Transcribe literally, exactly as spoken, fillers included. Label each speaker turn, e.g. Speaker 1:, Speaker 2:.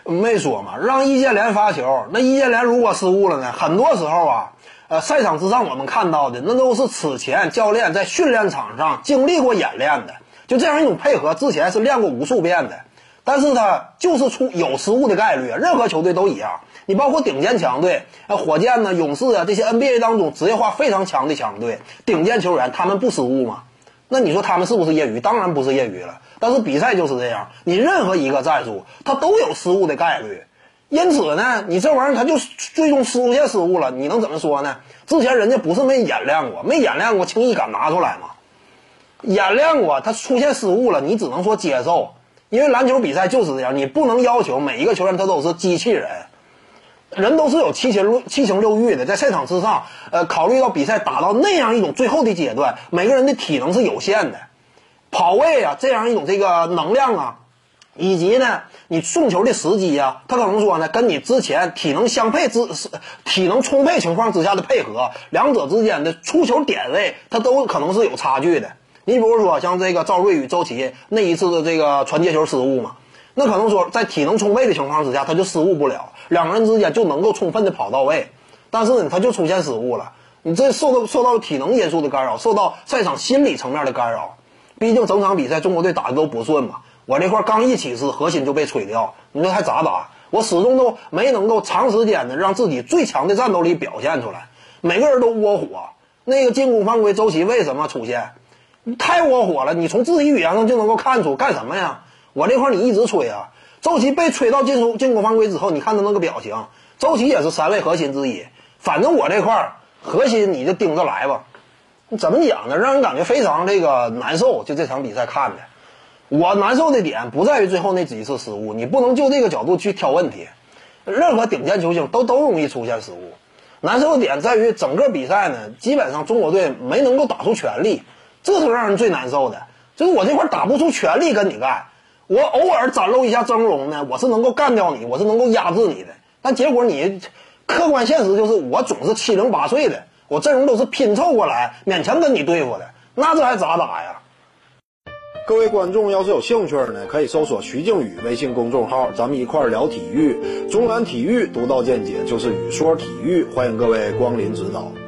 Speaker 1: 没说嘛，让易建联发球，那易建联如果失误了呢？很多时候啊，呃，赛场之上我们看到的那都是此前教练在训练场上经历过演练的，就这样一种配合，之前是练过无数遍的。但是他就是出有失误的概率，任何球队都一样。你包括顶尖强队，呃，火箭呢、勇士啊这些 N B A 当中职业化非常强的强队，顶尖球员他们不失误吗？那你说他们是不是业余？当然不是业余了。但是比赛就是这样，你任何一个战术，它都有失误的概率。因此呢，你这玩意儿它就最终出现失误了，你能怎么说呢？之前人家不是没演练过，没演练过轻易敢拿出来吗？演练过，它出现失误了，你只能说接受。因为篮球比赛就是这样，你不能要求每一个球员他都是机器人，人都是有七情七情六欲的，在赛场之上，呃，考虑到比赛打到那样一种最后的阶段，每个人的体能是有限的，跑位啊，这样一种这个能量啊，以及呢，你送球的时机啊，他可能说呢，跟你之前体能相配之体能充沛情况之下的配合，两者之间的出球点位，它都可能是有差距的。你比如说像这个赵睿与周琦那一次的这个传接球失误嘛，那可能说在体能充沛的情况之下，他就失误不了，两个人之间就能够充分的跑到位，但是呢，他就出现失误了。你这受到受到体能因素的干扰，受到赛场心理层面的干扰。毕竟整场比赛中国队打的都不顺嘛，我这块刚一起势，核心就被吹掉，你说还咋打？我始终都没能够长时间的让自己最强的战斗力表现出来，每个人都窝火。那个进攻犯规，周琦为什么出现？太窝火了，你从肢体语言上就能够看出干什么呀？我这块你一直吹啊，周琦被吹到进攻进攻犯规之后，你看他那个表情，周琦也是三位核心之一，反正我这块核心你就盯着来吧。怎么讲呢？让人感觉非常这个难受，就这场比赛看的，我难受的点不在于最后那几次失误，你不能就这个角度去挑问题，任何顶尖球星都都容易出现失误。难受的点在于整个比赛呢，基本上中国队没能够打出全力。这是让人最难受的，就是我这块打不出全力跟你干，我偶尔展露一下峥嵘呢，我是能够干掉你，我是能够压制你的，但结果你客观现实就是我总是七零八碎的，我阵容都是拼凑过来勉强跟你对付的，那这还咋打呀？
Speaker 2: 各位观众要是有兴趣呢，可以搜索徐静宇微信公众号，咱们一块聊体育，中南体育独到见解就是语说体育，欢迎各位光临指导。